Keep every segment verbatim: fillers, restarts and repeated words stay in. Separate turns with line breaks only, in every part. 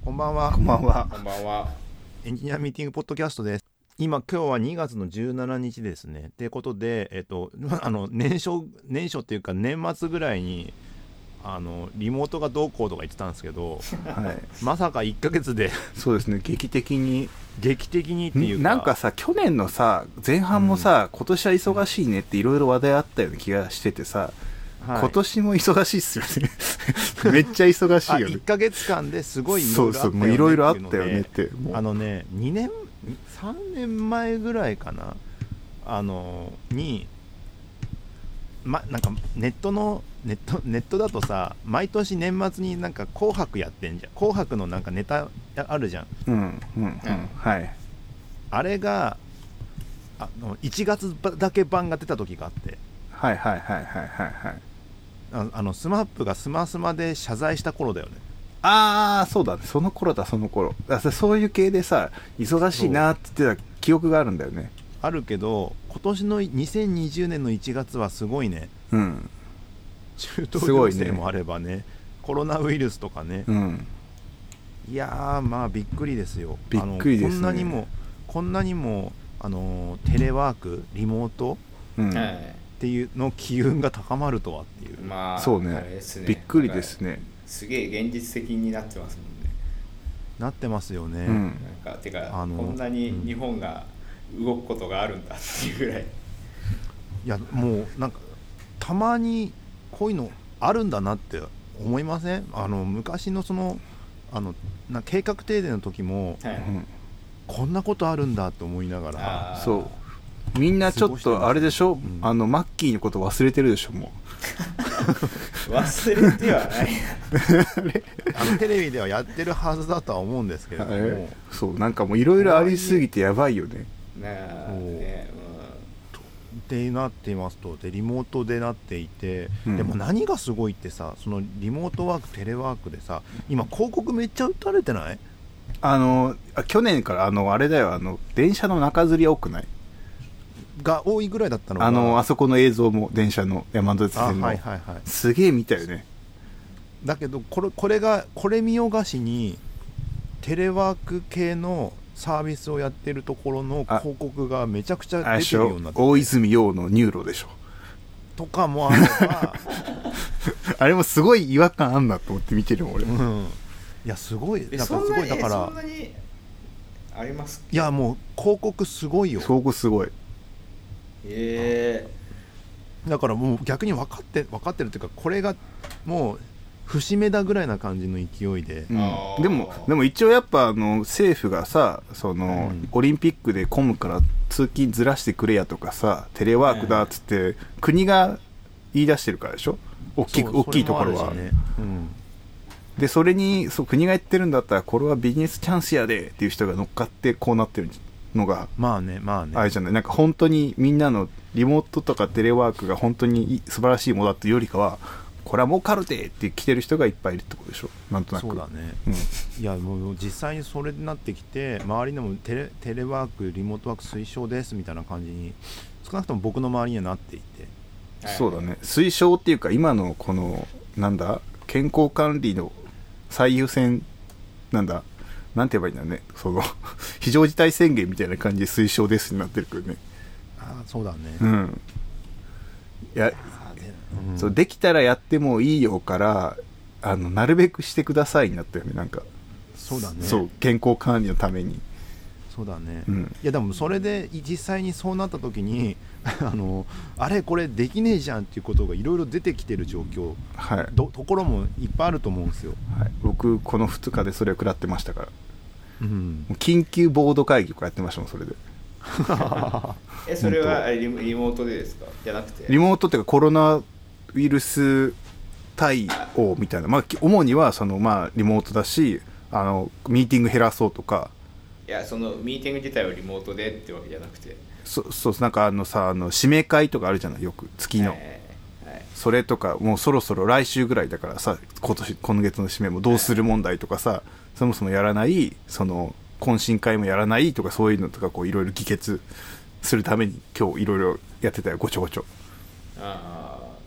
こんばんは。
こんばんは。
こんばんは。
エンジニアミーティングポッドキャストです。今今日はにがつのじゅうしちにちですね。ということで、えっとあの年初年初っていうか年末ぐらいにあのリモートがどうこうとか言ってたんですけど、
はい、
まさかいっかげつで
そうですね、劇的に
劇的にっていうか、
なんかさ、去年のさ前半もさ、うん、今年は忙しいねっていろいろ話題あったような気がしててさ、はい、今年も忙しいっすよねめっちゃ忙しいよね。
いっかげつかんですごいいろいろあったよね。
そうそう、もういろいろあったよねって。
あのね、にねんさんねんまえぐらいかな、あのに、ま、なんかネットのネットネットだとさ、毎年年末になんか紅白やってんじゃん。紅白のなんかネタあるじゃん。
うんうんうん、はい。
あれがあのいちがつだけ版が出た時があって、
はいはいはいはいはいはい。
あ, あのスマップがスマスマで謝罪した頃だよね。
ああ、そうだね、その頃だその頃だ。そういう系でさ、忙しいなって言ってた記憶があるんだよね。
あるけど、今年のにせんにじゅうねんのいちがつはすごいね。
うん。
中東情勢もあれば ね, ねコロナウイルスとかね、
うん、
いやーまあびっくりですよ。
びっくりですね。
こんなにもこんなにもあのテレワークリモート、うん、っていうの機運が高まるとはっていう。
まあ
そう ね, ねびっくりですね。
すげえ現実的になってますもんね。
なってますよね、
うん、なんかてかあのこんなに日本が動くことがあるんだっていうぐらい、
いやもうなんかたまにこういうのあるんだなって思いません？あの昔のそのあのな計画停電の時も、はい、こんなことあるんだと思いながら、
そうみんなちょっとあれでしょ、うん、あのマッキーのこと忘れてるでしょも
う忘れてはない
あのテレビではやってるはずだとは思うんですけれども、
そうなんかもういろいろありすぎてやばいよね。
ねえ、
ってなっていますと、でリモートでなっていて、うん、でも何がすごいってさ、そのリモートワークテレワークでさ、今広告めっちゃ打たれてない？
あの去年からあのあれだよ、あの電車の中吊り多くない
が多いぐらいだったのが、
あのあそこの映像も電車の山手線の、
はいはいはい、
すげえ見たよね。
だけどこれこれがこれ見よがしにテレワーク系のサービスをやってるところの広告がめちゃくちゃ出てるようになってて、
大泉洋のニューロでしょ
とかもあれば
あれもすごい違和感あんなと思って見てるもん俺、うん、
いやすごい、なんかすごい、だから
そんなにあります？
いやもう広告すごいよ。
広告すごい。
え
ー、だからもう逆に分かって分かってるっていうか、これがもう節目だぐらいな感じの勢いで、
うん、でもでも一応やっぱあの政府がさ、その、うん、オリンピックで混むから通勤ずらしてくれやとかさ、テレワークだっつって、うん、国が言い出してるからでしょ、大きく大きいところは、ね、うん、でそれにそう国が言ってるんだったらこれはビジネスチャンスやでっていう人が乗っかってこうなってるのが、
まあねまあね、
あれじゃない、なんか本当にみんなのリモートとかテレワークが本当に素晴らしいものだっていうよりかは、これはもうカルテって来てる人がいっぱいいるってことでしょ、なんとなく。
そうだね、うん、いやもう実際にそれになってきて、周りでもテレ、テレワークリモートワーク推奨ですみたいな感じに少なくとも僕の周りにはなっていて、
そうだね、推奨っていうか今のこのなんだ健康管理の最優先なんだなんて言えばいいんだね、その非常事態宣言みたいな感じで推奨ですになってるけどね。
ああそうだね、
うん、いやうん、そうできたらやってもいいよからあのなるべくしてくださいになったよね。なんか
そうだね、
そう健康管理のために。
そうだね、
うん、
いやでもそれで実際にそうなった時にあのあれこれできねえじゃんっていうことがいろいろ出てきてる状況、
はい、
ところもいっぱいあると思うんですよ、
はい、僕このふつかでそれを食らってましたから、
うん、
緊急ボード会議とかやってましたもんそれで
えそれはリモ、リモートでですか？じゃなくて
リモートっていうかコロナウイルス対応みたいな、まあ、主にはその、まあ、リモートだし、あのミーティング減らそうとか。
いやそのミーティング自体はリモートでってわけじゃなくて、
そそうなんかあのさ、あの指名会とかあるじゃない、よく月の、はいはい、それとかもうそろそろ来週ぐらいだからさ、今年今月の指名もどうする問題とかさ、はい、そもそもやらないその懇親会もやらないとか、そういうのとかこういろいろ議決するために今日いろいろやってたよ、ごちょごちょ。
あ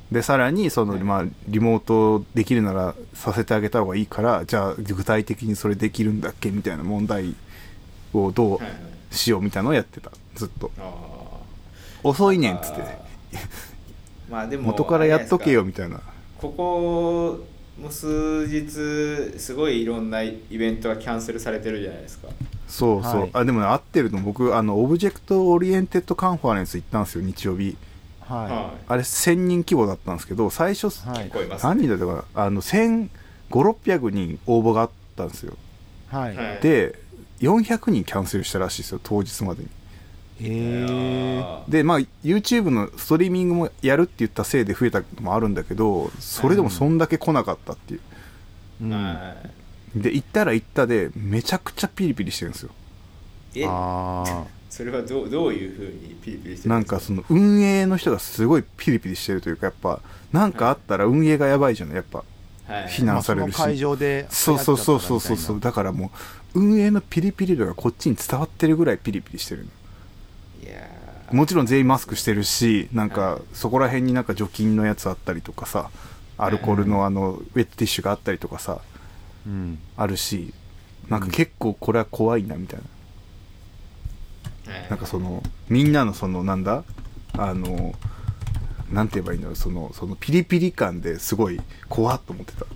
でさらにその、
はい
まあ、リモートできるならさせてあげた方がいいから、じゃあ具体的にそれできるんだっけみたいな問題をどう
はいはい
しようみたいなのをやってたずっと。
あ
遅いねんっつって
まあでも
元からやっとけよみたいな。
ここもう数日すごいいろんなイベントがキャンセルされてるじゃないですか。
そうそう、
はい
あでもね合ってるの。僕あのオブジェクトオリエンテッドカンファレンス行ったんですよ日曜日。
は
は
あれせんにん規模だったんですけど、最初、
いはい
い、聞こえます、ね、
何人だったかな、あのせんごひゃくろっぴゃくにん応募があったんですよ。
はい、
はい
でよんひゃくにんキャンセルしたらしいですよ当日までに。
へえ
でまあ YouTube のストリーミングもやるって言ったせいで増えたのもあるんだけど、それでもそんだけ来なかったっていう、
うん、
はい
で行ったら行ったでめちゃくちゃピリピリしてるんですよ。
え
あ
それはどうどういうふうにピリピリしてる
なんんかその運営の人がすごいピリピリしてるというか、やっぱなんかあったら運営がやばいじゃないやっぱ
はい
非難されるし、
まあ、その会場で
そうそうそうそうそうそう、だからもう運営のピリピリ度がこっちに伝わってるぐらいピリピリしてるの。
いやー
もちろん全員マスクしてるし、なん
は
かそこら辺になんか除菌のやつあったりとかさ、アルコールのあのウェットティッシュがあったりとかさ
うん
あるし、なんか結構これは怖いなみたいな、
はい
なんかそのみんなのそのなんだあのなんて言えばいいんだろう、そのそのピリピリ感ですごい怖っと思ってた。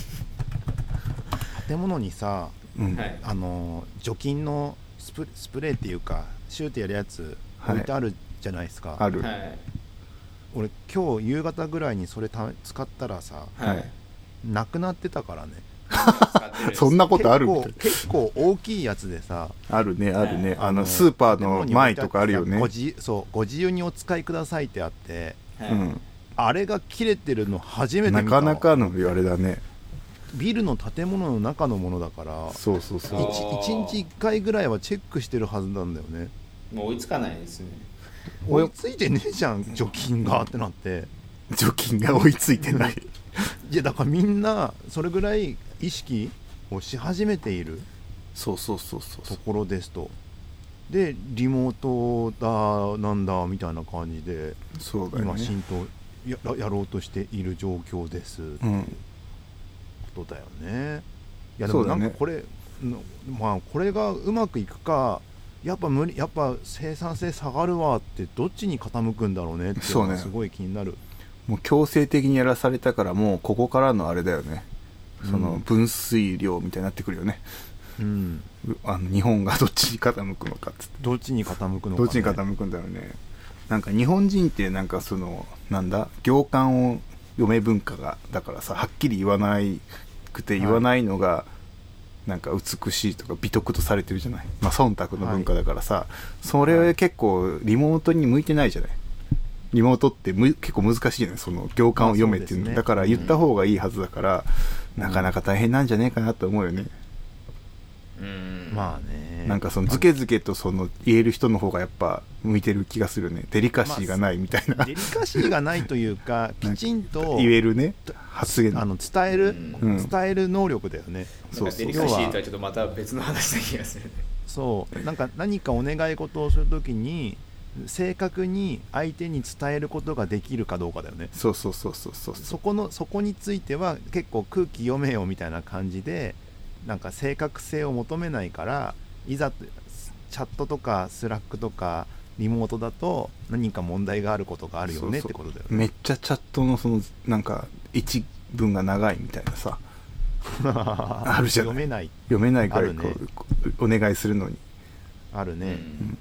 建物にさ
うん
はい
あの除菌のスプスプレーっていうかシューってやるやつ
はい
置いてあるじゃないですか、
ある、
はい
俺今日夕方ぐらいにそれた使ったらさ
はい
なくなってたからね。
使ってるです
そんなことあるみたい
結構結構大きいやつでさ
な。あるねあるね、あの
の
スーパーの前とかあるよね。
ご自そうご自由にお使いくださいってあって、
はい
うん、
あれが切れてるの初めて見た
なかなかのあれだね。
ビルの建物の中のものだから
そうそうそう。
あ
いちにちいっかいぐらいはチェックしてるはずなんだよね。
もう追いつかないですね。
追いついてねえじゃん除菌がってなって、
除菌が追いついてない。
いやだからみんなそれぐらい意識をし始めている
そうそうそうそう
ところですと。でリモートだなんだみたいな感じで
そうだよね。
今浸透 や, やろうとしている状況ですって
うん、
ことだよね。いやでも
そうだね
なんかこれ、のまあこれがうまくいくかやっぱ無理やっぱ生産性下がるわってどっちに傾くんだろうねっていう
そうね
のがすごい気になる。
もう強制的にやらされたからもうここからのあれだよね。その
うん
分水量みたいになってくるよね。
うん、
うあの日本がどっちに傾くのかっつって。
どっちに傾くのか、ね、
どっちに傾くんだろうね。なんか日本人ってなんかそのなんだ行間を読め文化がだからさ、はっきり言わないくて言わないのがなんか美しいとか美徳とされてるじゃない。まあ忖度の文化だからさ、それ結構リモートに向いてないじゃない。リモートってむ結構難しいじゃない、その行間を読めっていうの、
まあそうですね
だから言った方がいいはずだから、なかなか大変なんじゃねえかなと思うよね。
うん
まあね
なんかそのズケズケとその言える人の方がやっぱ向いてる気がするね。デリカシーがないみたいな、
デリカシーがないというかきちんと
言えるね発言。
あの伝える、
うん
伝える能力だよね。
なんかデリカシーとはちょっとまた別の話な気がするね。
そうなんか何かお願い事をするときに正確に相手に伝えることができるかどうかだよね。
そうそうそうそうそう
そこのそこについては結構空気読めよみたいな感じでなんか正確性を求めないから、いざチャットとかスラックとかリモートだと何か問題があることがあるよねってことだよね。
めっちゃチャットのそのなんか一文が長いみたいなさあるじゃない。
読めない
読めないから
あるね
こうお願いするのに。
あるね。
うん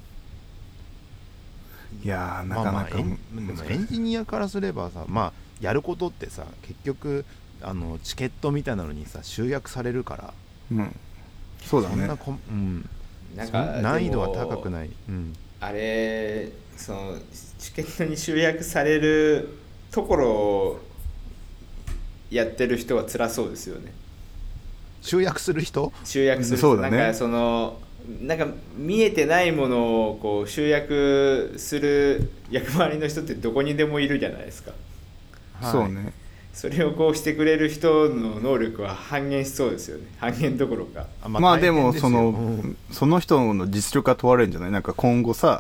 いやーなかなか
まあまあエンでもエンジニアからすればさ、まあやることってさ結局あのチケットみたいなのにさ集約されるから、
うん、そうだね
そんなこ、うん、そ
なんか
ん難易度は
でも
高くない、うん、
あれそのチケットに集約されるところをやってる人は辛そうですよね。
集約する人
集約する
そうだね
なんかそのなんか見えてないものをこう集約する役回りの人ってどこにでもいるじゃないですか。
はい
そうね。
それをこうしてくれる人の能力は半減しそうですよね。半減どころか。
あ
まあでも
大変す
その
ようん
その人の実力が問われるんじゃない。なんか今後さ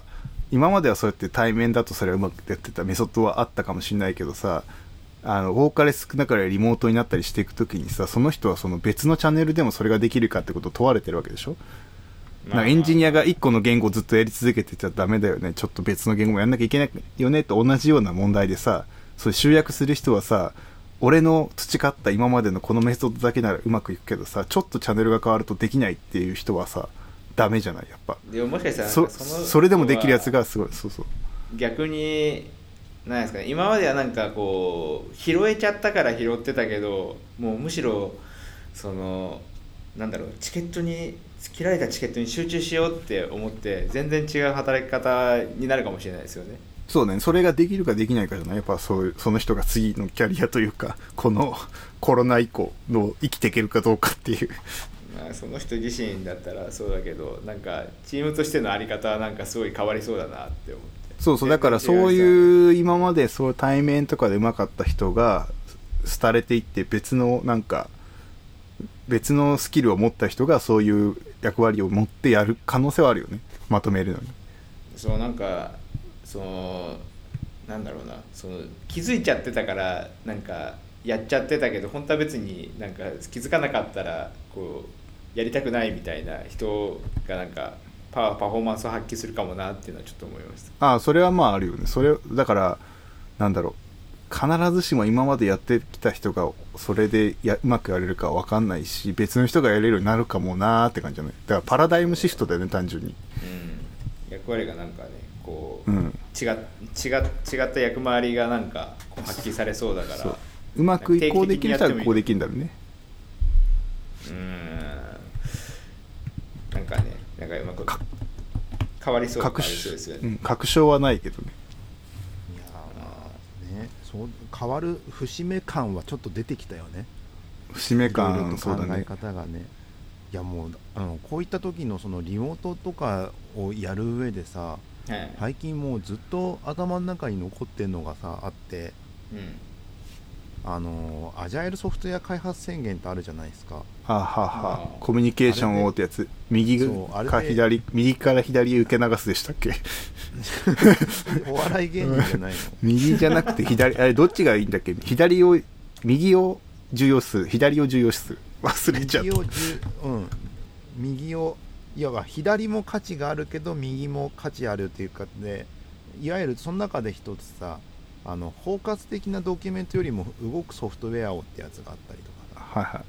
今まではそうやって対面だとそれはうまくやってたメソッドはあったかもしれないけどさ、あの多かれ少なかれリモートになったりしていくときにさ、その人はその別のチャンネルでもそれができるかってことを問われてるわけでしょ。
まあ
なんかエンジニアが一個の言語をずっとやり続けてちゃダメだよね、ちょっと別の言語もやんなきゃいけないよねと同じような問題でさ、それ集約する人はさ、俺の培った今までのこのメソッドだけならうまくいくけどさ、ちょっとチャンネルが変わるとできないっていう人はさダメじゃない、やっぱ。
でももしかしたら
そ
なんかその
それでもできるやつがすごい。そうそう、
逆になんですかね、今まではなんかこう拾えちゃったから拾ってたけど、もうむしろそのなんだろう、チケットに切られたチケットに集中しようって思って全然違う働き方になるかもしれないですよね。
そうね、それができるかできないかじゃない、やっぱそういう、その人が次のキャリアというかこのコロナ以降の生きていけるかどうかっていう。
まあその人自身だったらそうだけど、なんかチームとしてのあり方はなんかすごい変わりそうだなって思って。
そうそう、だからそういう今までそう対面とかでうまかった人が廃れていって別のなんか別のスキルを持った人がそういう役割を持ってやる可能性はあるよね、まとめるのに。
そうなんかそのなんだろうな、その気づいちゃってたからなんかやっちゃってたけど、本当は別になんか気づかなかったらこうやりたくないみたいな人がなんかパワーパフォーマンスを発揮するかもなっていうのはちょっと思いました。
ああ、それはまああるよね。それだからなんだろう、必ずしも今までやってきた人がそれでやうまくやれるかわかんないし、別の人がやれるようになるかもなーって感じじゃない。だからパラダイムシフトだよね、単純に。
うん、役割がなんかねこう、
うん、
違, 違, 違った役回りがなんかこう発揮されそうだから、
そううまく移行できる人はこうできるんだろうね。
うーん、なんかね、なんかうまく変わりそうな感じですよね。
うん、確証はないけどね。
いやーね、そう変わる節目感はちょっと出てきたよね。
節目
いろいろ
感、
と考え
そうだね。
方がね。いやもうあのこういった時のそのリモートとかをやる上でさ、
はい、
最近もうずっと頭の中に残ってるのがさあって、
うん、
あのアジャイルソフトウェア開発宣言ってあるじゃないですか。
はあ、はあはあ、
あ
コミュニケーションをってやつ、右か左、右から左へ受け流すでしたっけ？
お笑い芸人じゃないの？
右じゃなくて左、あれどっちがいいんだっけ？左を、右を重要視する、左を重要視する。忘れちゃった。
右を、うん、右を、いわば左も価値があるけど右も価値あるというかで、いわゆるその中で一つさ、あの包括的なドキュメントよりも動くソフトウェアをってやつがあったりとかさ、
はいはい。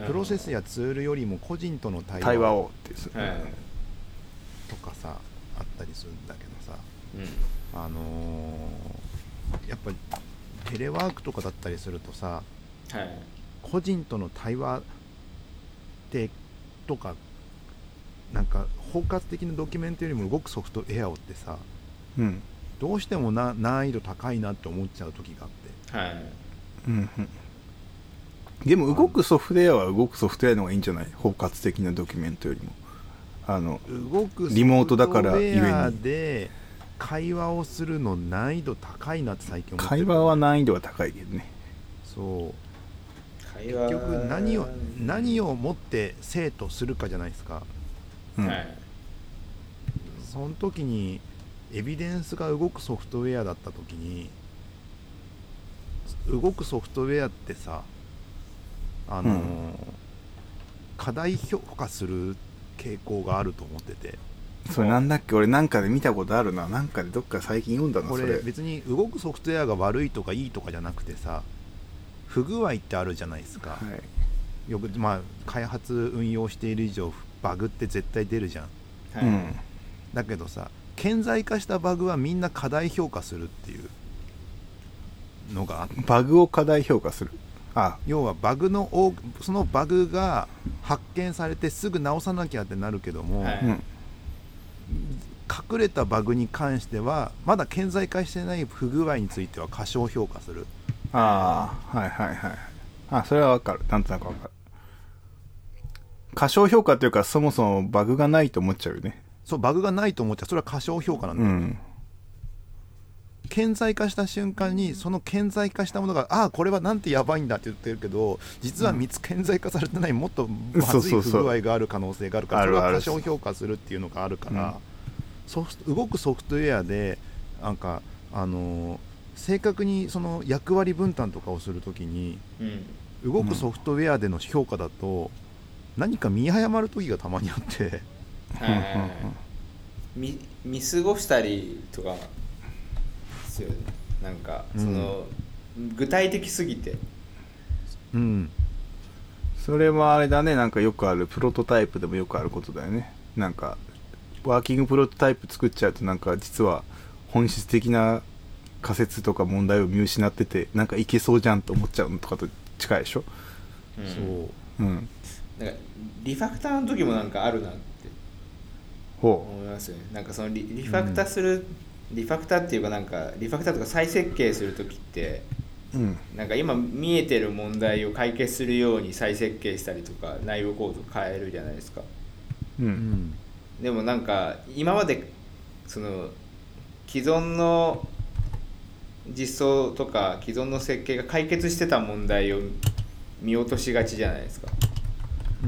プロセスやツールよりも個人との対話
対話をってする、
はい、
とかさあったりするんだけどさ、
うん、
あのー、やっぱりテレワークとかだったりするとさ、
はい、
個人との対話ってとかなんか包括的なドキュメントよりも動くソフトウェアをってさ、
うん、
どうしてもな難易度高いなって思っちゃう時があって、
はい、
うんうん、でも動くソフトウェアは動くソフトウェアの方がいいんじゃない？包括的なドキュメントよりも。あの
動く
リモートだから
ソフトウ
ゆえに
ェアで会話をするの難易度高いなって最近思ってる。
会話は難易度は高いけどね。
そう
会話
結局何を何をもって生とするかじゃないですか、
うん、
はい、
その時にエビデンスが動くソフトウェアだった時に動くソフトウェアってさあのーうん、課題評価する傾向があると思ってて、
それなんだっけ、俺なんかで見たことあるな、なんかでどっか最近読んだな。
これ
それ
別に動くソフトウェアが悪いとかいいとかじゃなくてさ、不具合ってあるじゃないですか、
はい、
よくまあ開発運用している以上バグって絶対出るじゃん、
はい、うん、
だけどさ顕在化したバグはみんな過大評価するっていうのがあって、
バグを過大評価する、あ
要はバグのそのバグが発見されてすぐ直さなきゃってなるけども、はい、うん、隠れたバグに関してはまだ顕在化してない不具合については過小評価する。
ああ、はいはいはい。あ、それはわかる。なんとなくわかる。過小評価というか、そもそもバグがないと思っちゃうよね。
そう、バグがないと思っちゃう。それは過小評価なんだよね。うん、顕在化した瞬間にその顕在化したものが、ああこれはなんてやばいんだって言ってるけど、実はみっつ顕在化されてないもっとまずい不具合がある可能性があるから、それは過小評価するっていうのがあるから、 ソフト動くソフトウェアでなんかあの正確にその役割分担とかをするときに、うん、動くソフトウェアでの評価だと、うん、何か見誤る時がたまにあって
見, 見過ごしたりとかですよね。なんかその、うん、具体的すぎて、
うん、それはあれだね、なんかよくあるプロトタイプでもよくあることだよね。なんかワーキングプロトタイプ作っちゃうと、なんか実は本質的な仮説とか問題を見失ってて、なんかいけそうじゃんと思っちゃうのとかと近いでしょ、
うん、そう、うん、なんかリファクターの時もなんかあるなって思いますよね。なんかその リ, リファクターする、うん、リファクターっていうかなんかリファクターとか再設計する時って、うん、なんか今見えてる問題を解決するように再設計したりとか内部コードを変えるじゃないですか、うん、でもなんか今までその既存の実装とか既存の設計が解決してた問題を見落としがちじゃないですか。うん。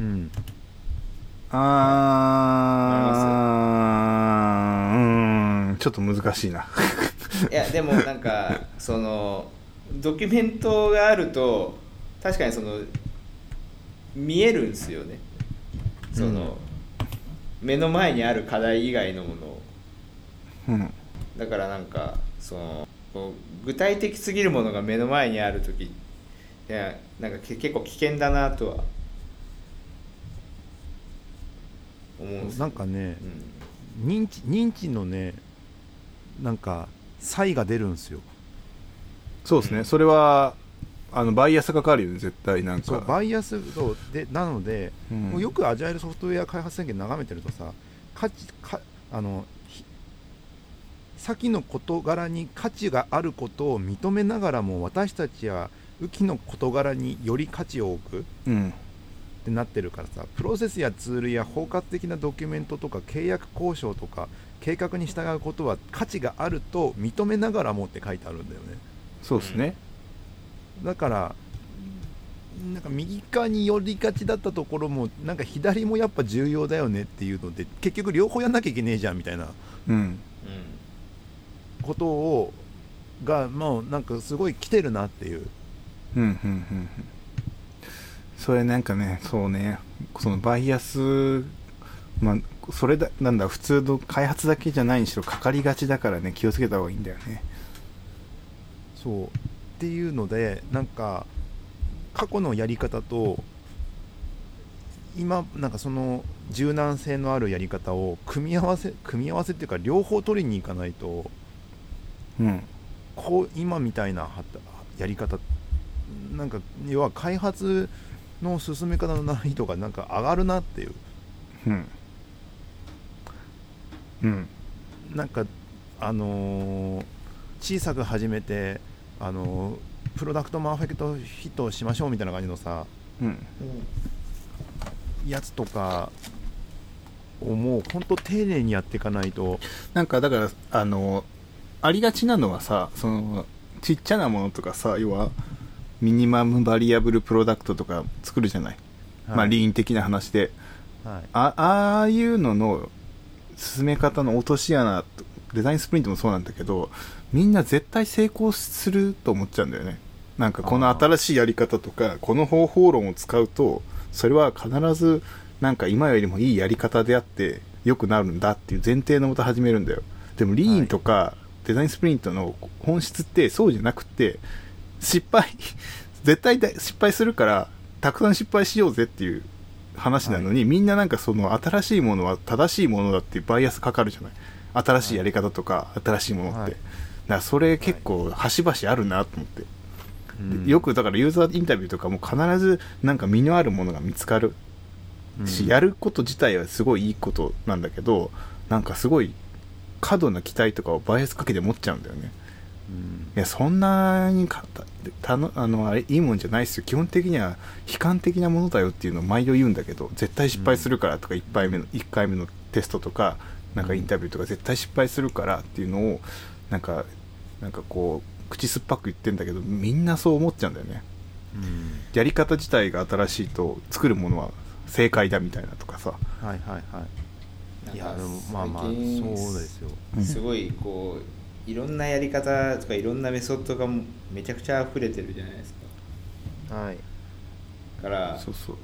あー、うん、ちょっと難しいな。
いやでもなんかそのドキュメントがあると確かにその見えるんですよね。その、うん、目の前にある課題以外のものを。うん。だからなんかその具体的すぎるものが目の前にあるとき、いやなんか結構危険だなとは思うんです。
なんかね、うん、認知認知のねなんか差異が出るんですよ。
そうですね、うん、それはあのバイアスかかるよね絶対。なんか
そうバイアスそうでなので、うん、もうよくアジャイルソフトウェア開発宣言眺めてるとさ、価値かあの先の事柄に価値があることを認めながらも、私たちは雨季の事柄により価値を置く、うん、ってなってるからさ、プロセスやツールや包括的なドキュメントとか契約交渉とか計画に従うことは価値があると認めながらもって書いてあるんだよね。
そうですね、
だからなんか右側に寄りがちだったところもなんか左もやっぱ重要だよねっていうので、結局両方やんなきゃいけねえじゃんみたいな、うんことをがもうなんかすごい来てるなっていう。うんうんうんうん。
それなんかね、そうね、そのバイアス、まあそれだなんだ普通の開発だけじゃないにしろかかりがちだからね、気をつけた方がいいんだよね。
そうっていうので、なんか過去のやり方と今なんかその柔軟性のあるやり方を組み合わせ組み合わせっていうか両方取りに行かないと。うん、こう今みたいなやり方なんか要は開発の進め方の難易度がなんか上がるなっていう、うんうん、なんかあのー、小さく始めて、あのー、プロダクトマーフェクトヒットしましょうみたいな感じのさ、うん、やつとかをもう本当丁寧にやっていかないと。
なんかだからあのーありがちなのはさ、そのちっちゃなものとかさ、要はミニマムバリアブルプロダクトとか作るじゃない、はい、まあリーン的な話で、はい、あ, ああいうのの進め方の落とし穴、デザインスプリントもそうなんだけど、みんな絶対成功すると思っちゃうんだよね。なんかこの新しいやり方とかこの方法論を使うとそれは必ずなんか今よりもいいやり方であって良くなるんだっていう前提のもと始めるんだよ。でもリーンとか、はいデザインスプリントの本質ってそうじゃなくて、失敗絶対失敗するからたくさん失敗しようぜっていう話なのに、はい、みんななんかその新しいものは正しいものだっていうバイアスかかるじゃない、新しいやり方とか新しいものって、はい、だからそれ結構端々あるなと思って、はい、よくだからユーザーインタビューとかも必ずなんか身のあるものが見つかるし、うん、やること自体はすごいいいことなんだけど、なんかすごい過度な期待とかをバイアスかけて持っちゃうんだよね、うん、いやそんなにかたのあのあれいいもんじゃないっすよ、基本的には悲観的なものだよっていうのを毎度言うんだけど、絶対失敗するからとか、うん、いっかいめのいっかいめのテストとかなんかインタビューとか絶対失敗するからっていうのをなんかなんかこう口酸っぱく言ってんだけど、みんなそう思っちゃうんだよね、うん、やり方自体が新しいと作るものは正解だみたいなとかさ、はいはいはい、
いやでもまあまあそうですよ。
すごいこういろんなやり方とかいろんなメソッドがめちゃくちゃ溢れてるじゃないですか。
はい。
だから
そうそう、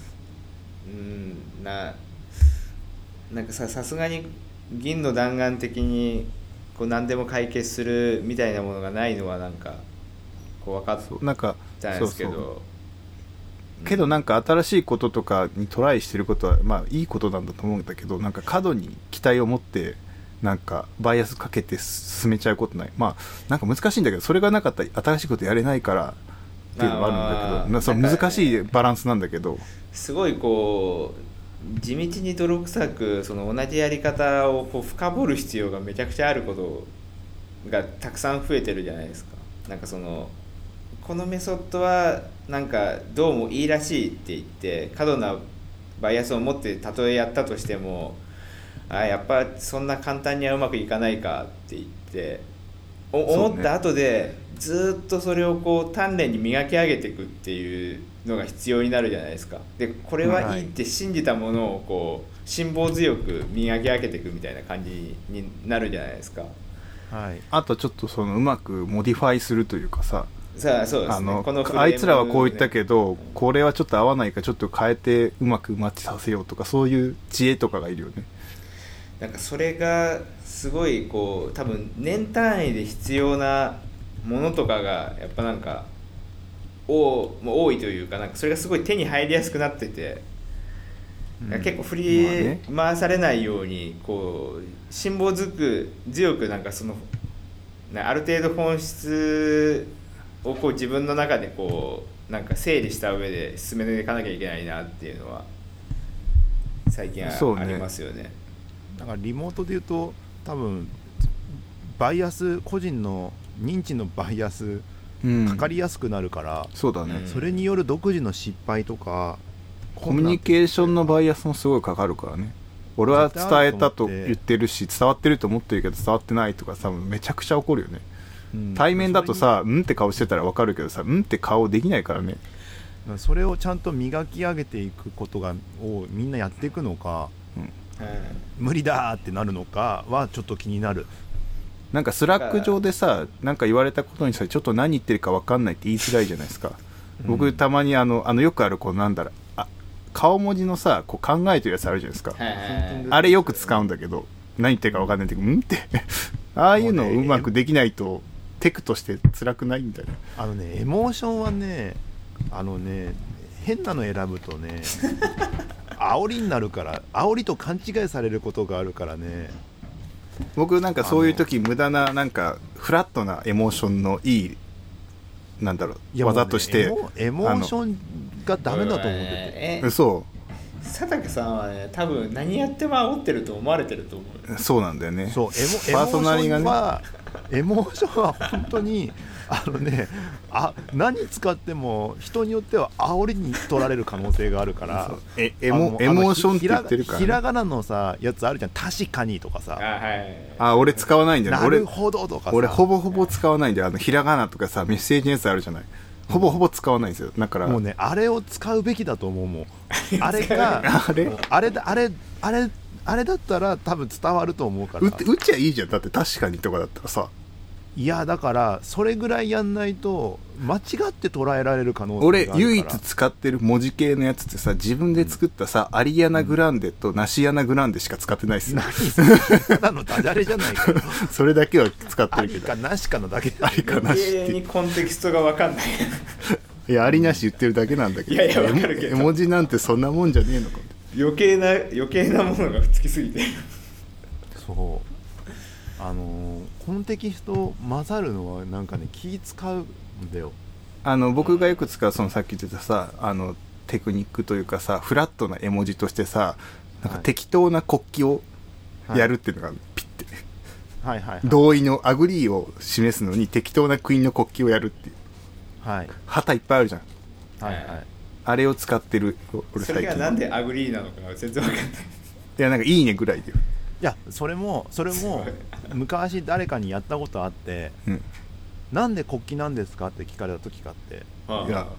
うんななんかささすがに銀の弾丸的にこう何でも解決するみたいなものがないのはなんかこう分かっ
そうなんか
たんですけど、
そうそうけどなんか新しいこととかにトライしてることはまあいいことなんだと思うんだけど、なんか過度に期待を持ってなんかバイアスかけて進めちゃうことない。まあなんか難しいんだけど、それがなかったら新しいことやれないからっていうのもあるんだけど、まあ、その難しいバランスなんだけど、
すごいこう地道に泥臭くその同じやり方をこう深掘る必要がめちゃくちゃあることがたくさん増えてるじゃないですか。なんかそのこのメソッドはなんかどうもいいらしいって言って過度なバイアスを持ってたとえやったとしても、あやっぱそんな簡単にはうまくいかないかって言ってお思った後でずっとそれをこう鍛錬に磨き上げていくっていうのが必要になるじゃないですか。でこれはいいって信じたものをこう辛抱強く磨き上げていくみたいな感じになるじゃないですか。
はい。
あとちょっとそのうまくモディファイするというかさ、
さあそうですね、
あの
このフレーム
あいつらはこう言ったけど、これはちょっと合わないからちょっと変えてうまくマッチさせようとか、そういう知恵とかがいるよね。
なんかそれがすごいこう多分年単位で必要なものとかがやっぱなんか多多いというか、なんかそれがすごい手に入りやすくなってて、うん、結構振り回されないようにこう辛抱づく強くなんかそのある程度本質をこう自分の中でこうなんか整理した上で進めていかなきゃいけないなっていうのは最近ありますよね。
だからリモートでいうと多分バイアス個人の認知のバイアスかかりやすくなるから、
うん、そうだね。
それによる独自の失敗とか
コミュニケーションのバイアスもすごいかかるからね。俺は伝えたと言ってるし伝わってると思ってるけど伝わってないとか多分めちゃくちゃ起こるよね、うん、対面だとさうんって顔してたら分かるけどさうんって顔できないからね。
それをちゃんと磨き上げていくことがをみんなやっていくのか、うん、無理だってなるのかはちょっと気になる。
なんかスラック上でさなんか言われたことにさちょっと何言ってるか分かんないって言いづらいじゃないですか、うん、僕たまにあのあのよくあるこうなんだろうあ顔文字のさこう考えてるやつあるじゃないですか、あれよく使うんだけど何言ってるか分かんないってうんってああいうのをうまくできないとテクとして辛くないみたいな。
あのねエモーションはねあのね変なの選ぶとね煽りになるから煽りと勘違いされることがあるからね。
僕なんかそういう時無駄ななんかフラットなエモーションのいいなんだろう、ね、技として
エ モ, エモーションがダメだと思ってて、
嘘
佐竹さんはね多分何やっても煽ってると思われてると思う。
そうなんだよね。
そうエモパーソナリティがねエモーションは本当にあのねあ何使っても人によっては煽りに取られる可能性があるから
えエモエモーションって言ってるから、ね、
ひらがなのさやつあるじゃん確かにとかさ
あ,、はい、
あ俺使わないんだよね。
なるほどとかさ
俺ほぼほぼ使わないんだよ。あのひらがなとかさメッセージのやつあるじゃない、ほぼほぼ使わないんですよ。だから
もうねあれを使うべきだと思うもんあれが
あれ
あれあれあれあれだったら多分伝わると思うから
打, 打ちゃいいじゃん。だって確かにとかだったらさ。
いやだからそれぐらいやんないと間違って捉えられる可能性があるから。
俺唯一使ってる文字系のやつってさ自分で作ったさ、うん、アリアナグランデとナシアナグランデしか使ってないっすよ。
何それただのダジャレじゃないかよ
それだけは使ってるけど
ありかなしかのだけ
ありかなしって
余計にコンテキストが分かんない
いやありなし言ってるだけなんだけど、
いやいや分かるけど
絵文字なんてそんなもんじゃねえのか
余計な余計なものがつきすぎて
そうあのー、コンテキスト混ざるのはなんかね気使うんだよ。
あの僕がよく使うそのさっき言ってたさあのテクニックというかさフラットな絵文字としてさなんか適当な国旗をやるっていうのが、はい、ピッて、
はいはいはい、
同意のアグリーを示すのに適当な国の国旗をやるっていう、
はい、
旗いっぱいあるじゃん、
はいはい、
あれを使ってる俺最近。
それがなんでアグリーなのか全然分かんない。
いやなんかいいねぐらいで。
いやそれもそれも昔誰かにやったことあって、
うん、
なんで国旗なんですかって聞かれた時があって、
いや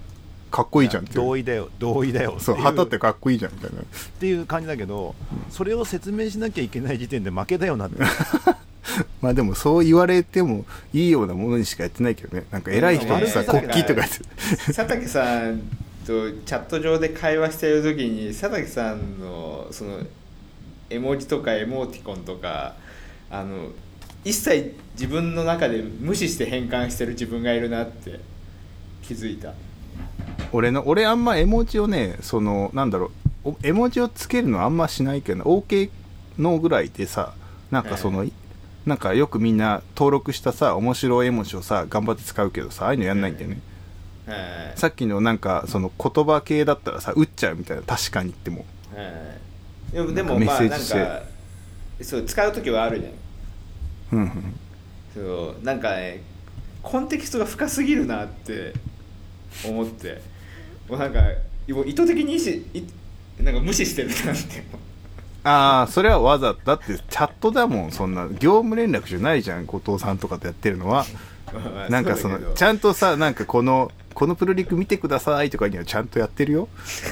かっこいいじゃんっていう
同意だよ同意だよ
そう旗ってかっこいいじゃんみたいな
っていう感じだけど、それを説明しなきゃいけない時点で負けだよなって
まあでもそう言われてもいいようなものにしかやってないけどね。なんか偉い人にさ、
うん
国旗とか言って
佐竹さんとチャット上で会話してる時に佐竹さんのその絵文字とかエモーティコンとかあの一切自分の中で無視して変換してる自分がいるなって気づいた。
俺の俺あんま絵文字をね、そのなんだろう、絵文字をつけるのはあんましないけど OK のぐらいでさ、なんかその、はい、なんかよくみんな登録したさ面白い絵文字をさ頑張って使うけどさ、ああいうのやんないんだよね、はい、さっきのなんかその言葉系だったらさ打っちゃうみたいな、確かにっても、はい、
でもでもまあなんかそう使う時はあるじゃん。うんうん、そうなんかねコンテキストが深すぎるなって思ってもうなんかもう意図的にしなんか無視してるなって
ああそれはわざだってチャットだもん、そんな業務連絡じゃないじゃん、後藤さんとかとやってるのはまあなんかそのちゃんとさ、なんかこのこのプルリク見てくださいとかにはちゃんとやってるよ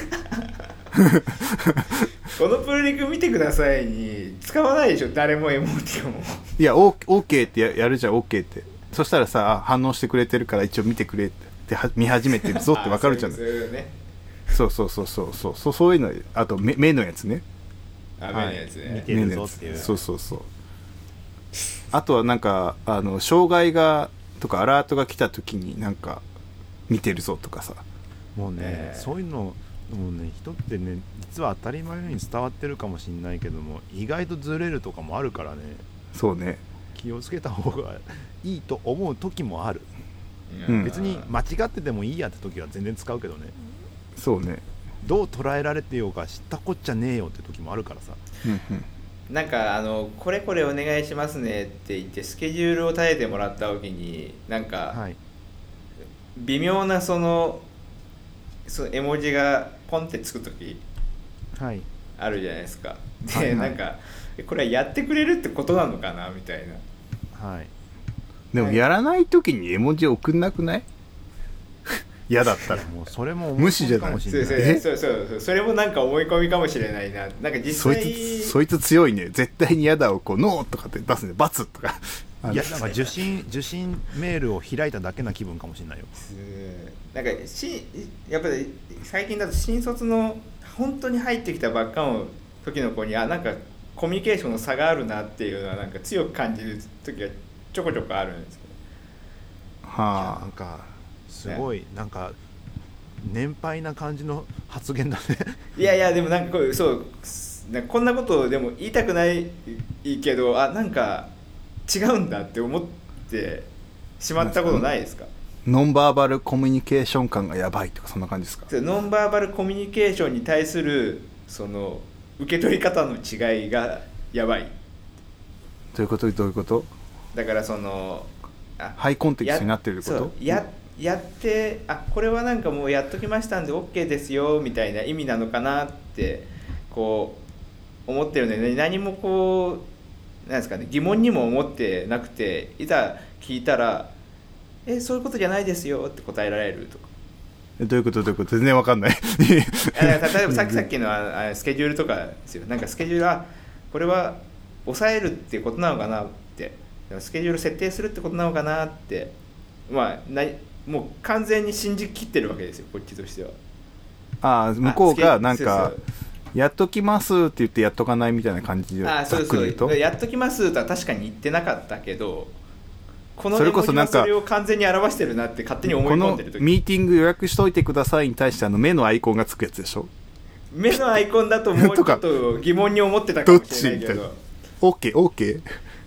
このプルリク見てくださいに使わないでしょ誰もエモーティオンも。
いや OK ってやるじゃん OK って、そしたらさ反応してくれてるから一応見てくれって見始めてるぞって分かるじゃん。そうそうそうそうそうそうそういうの、あと 目, 目のやつね、
あ目のやつね、
見てるぞっていう、
そうそうそう。あとはなんかあの障害がとかアラートが来た時になんか見てるぞとかさ、
もうね、えー、そういうのもうね人ってね実は当たり前のように伝わってるかもしれないけども意外とずれるとかもあるからね。
そうね、
気をつけた方がいいと思う時もある、うん、別に間違っててもいいやって時は全然使うけどね。
そうね、
どう捉えられてようか知ったこっちゃねえよって時もあるからさ、うんうん
なんかあのこれこれお願いしますねって言ってスケジュールを立ててもらった時になんか、はい、微妙なそのその絵文字がポンってつく時あるじゃないですか、はい、で、はいはい、なんかこれはやってくれるってことなのかなみたいな、
はい、でもやらない時に絵文字送んなくない嫌だったらもう
それも
無視じゃない。
そうそうそうそれもなんか思い込みかもしれないな。なんか実際
そいつそいつ強いね、絶対に嫌だをこうノーとかって出すね、バツとか
いやなんか受信受信メールを開いただけな気分かもしれないよ。
なんかしやっぱり最近だと新卒の本当に入ってきたばっかの時の子にあなんかコミュニケーションの差があるなっていうのはなんか強く感じる時がちょこちょこあるんですけ
ど、はあなんかすごいなんか年配な感じの発言だね
いやいやでもなんかこうそうなんかこんなことでも言いたくないけどあなんか違うんだって思ってしまったことないですか。
ノンバーバルコミュニケーション感がやばいとかそんな感じですか。
ノンバーバルコミュニケーションに対するその受け取り方の違いがやばい。
どういうことどういうこと
だからその
あハイコンテキストになってること。
ややってあこれはなんかもうやっときましたんで OK ですよみたいな意味なのかなってこう思ってるので、ね、何もこうなんですかね疑問にも思ってなくていざ聞いたらえそういうことじゃないですよって答えられるとか。
どういうことどういうこと全然わかんない
例えばさっきさっきのあスケジュールとかですよ。なんかスケジュールはこれは抑えるっていうことなのかなってスケジュール設定するってことなのかなってまあなもう完全に信じきってるわけですよこっちとしては。
ああ向こうがなんかやっときますって言ってやっとかないみたいな感じでざっくりと。
やっときますとは確かに言ってなかったけどこの絵文字はそれを完全に表してるなって勝手に思い込んでる時、
このミーティング予約しといてくださいに対してあの目のアイコンがつくやつでしょ。
目のアイコンだともうちょっと疑問に思ってたかもしれないけど
どっちみたいな OKOK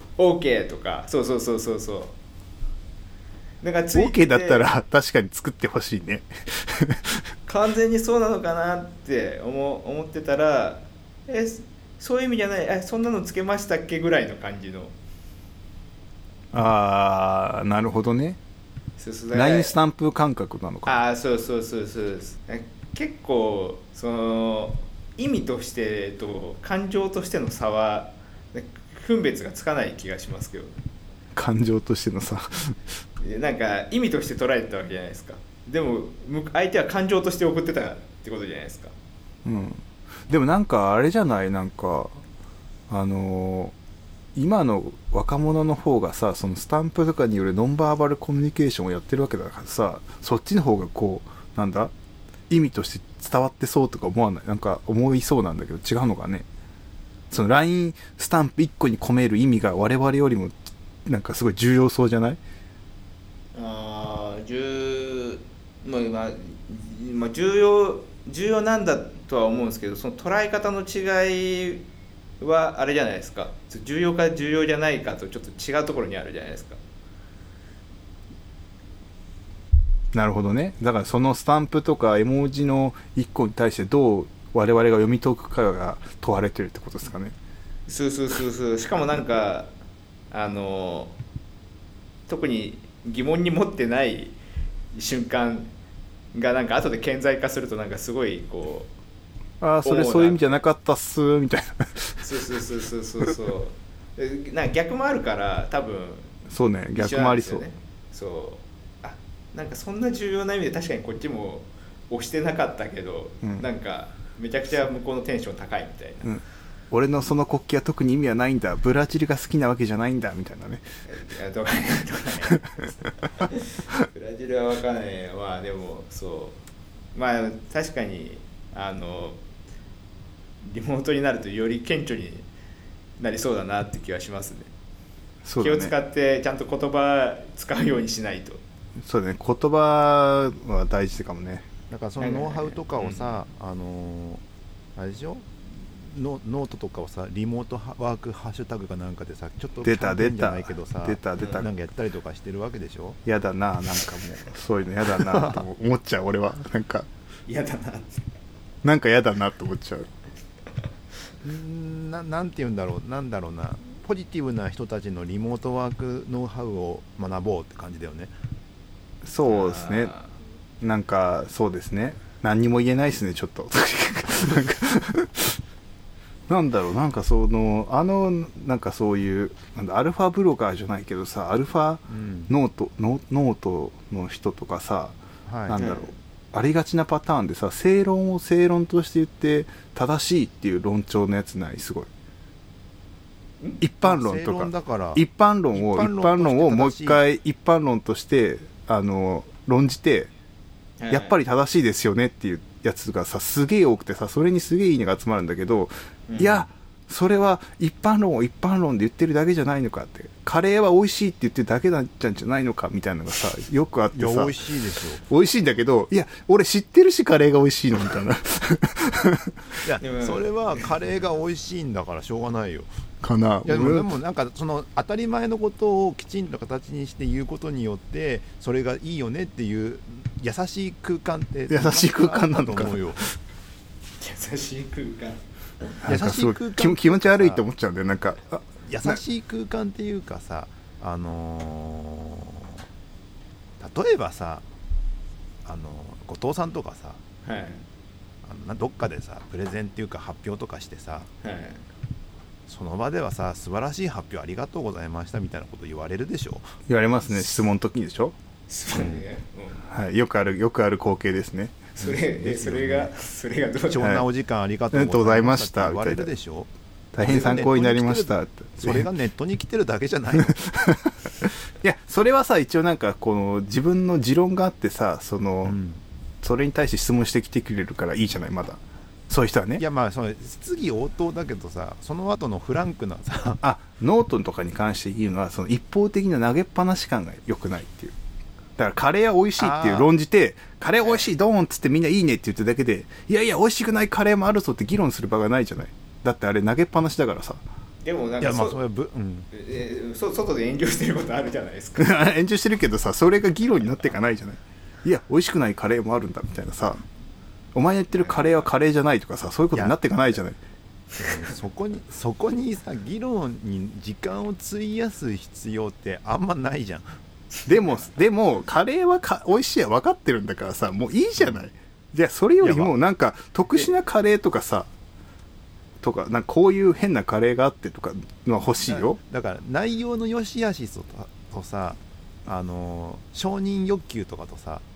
OK とかそうそうそうそうそうなんかついて
OK だったら確かに作ってほしいね
完全にそうなのかなって思思ってたらえそういう意味じゃないえそんなのつけましたっけぐらいの感じの。
ああなるほどね。ライン スタンプ感覚なのかな。
ああそうそうそうそう結構その意味としてと感情としての差は分別がつかない気がしますけど。
感情としての差
なんか意味として捉えてたわけじゃないですか。 でもむ相手は感情として送ってたってことじゃないですか。
うんでもなんかあれじゃないなんかあのー今の若者の方がさそのスタンプとかによるノンバーバルコミュニケーションをやってるわけだからさそっちの方がこうなんだ意味として伝わってそうとか思わないなんか思いそうなんだけど違うのかね。その ライン スタンプいっこに込める意味が我々よりもなんかすごい重要そうじゃない？
ああ重まあ、まあまあ、重要重要なんだとは思うんですけどその捉え方の違いはあれじゃないですか。重要か重要じゃないかとちょっと違うところにあるじゃないですか。
なるほどね。だからそのスタンプとか絵文字のいっこに対してどう我々が読み解くかが問われてるってことですかね。
そうそうそうそうしかもなんかあの特に疑問に持ってない瞬間がなんか後で顕在化するとなんかすごいこう
ああそれそういう意味じゃなかったっすみたいな
そうそうそうそうそうそうなんか逆もあるから多分
そうね逆もありそう、
ね、そうあなんかそんな重要な意味で確かにこっちも押してなかったけど、うん、なんかめちゃくちゃ向こうのテンション高いみたいな、うん、
俺のその国旗は特に意味はないんだブラジルが好きなわけじゃないんだみたいなね
いやどかねどかねブラジルは分かんないまあでもそうまあ確かにあのリモートになるとより顕著になりそうだなって気はしますね。そうだね気を使ってちゃんと言葉使うようにしないと。
そうだね言葉は大事かもね。
だからそのノウハウとかをさ、うん、あのあれでしょノノートとかをさリモートワークハッシュタグかなんかでさちょっと
出た出た
じゃないけどさ
出た出た
なんかやったりとかしてるわけでしょ。
やだななんかもうそういうのやだなと思っちゃう俺はなんか
やだな
なんかやだなと思っちゃう。
な, なんて言うんだろうなんだろうなポジティブな人たちのリモートワークノウハウを学ぼうって感じだよね。
そうですねなんかそうですね何にも言えないですねちょっとなんかなんだろうなんかそのあのなんかそういうなんだアルファブロガーじゃないけどさアルファノート、うん、ノ, ノートの人とかさ、はい、なんだろう、はいありがちなパターンでさ正論を正論として言って正しいっていう論調のやつないすごい一般論と か,
だから
一般論を一般論をもう一回一般論としてあの論じてやっぱり正しいですよねっていうやつがさすげえ多くてさそれにすげえいいねが集まるんだけど、うん、いやそれは一般論を一般論で言ってるだけじゃないのかってカレーは美味しいって言ってるだけなんじゃないのかみたいなのがさよくあってさいや
美味しいでしょ
美味しいんだけどいや俺知ってるしカレーが美味しいのみたいない
やそれはカレーが美味しいんだからしょうがないよ
かない
やでも、でもなんかその当たり前のことをきちんと形にして言うことによってそれがいいよねっていう優しい空間って
優しい空間なのか
優しい空間
優しい空間
気持ち悪いと思っちゃうんだよなんか
優しい空間っていうかさあのー、例えばさあの後藤さんとかさ、はい、あのどっかでさプレゼンっていうか発表とかしてさ、はい、その場ではさ素晴らしい発表ありがとうございましたみたいなこと言われるでしょ。
言われますね質問の時にでしょ、うんはい、よくあるよくある光景ですね。
それ、えそれがそれがどう
貴重なお時間ありがとうございましたって言われるでしょ。
大変参考になりましたって。
それがネットに来てるだけじゃないのい
やそれはさ一応なんかこの自分の持論があってさその、うん、それに対して質問してきてくれるからいいじゃないまだそういう人はね。
いやまあその質疑応答だけどさその後のフランクなさ
あノートとかに関して言うのはその一方的な投げっぱなし感が良くないっていう。だからカレーは美味しいっていう論じてカレー美味しいドーンっつってみんないいねって言ってるだけでいやいや美味しくないカレーもあるぞって議論する場がないじゃない。だってあれ投げっぱなしだからさ。
でもなんかそ、うんえー、そ外で炎上してることあるじゃないですか
炎上してるけどさそれが議論になっていかないじゃない。いや美味しくないカレーもあるんだみたいなさお前やってるカレーはカレーじゃないとかさそういうことになっていかないじゃない。
そこにそこにさ議論に時間を費やす必要ってあんまないじゃん。
でもでもカレーはか美味しいは分かってるんだからさもういいじゃない。じゃあそれよりもなんか特殊なカレーとかさとかなんかこういう変なカレーがあってとかのは欲しいよ。
だから内容の良し悪しととさあの承認欲求とかとさ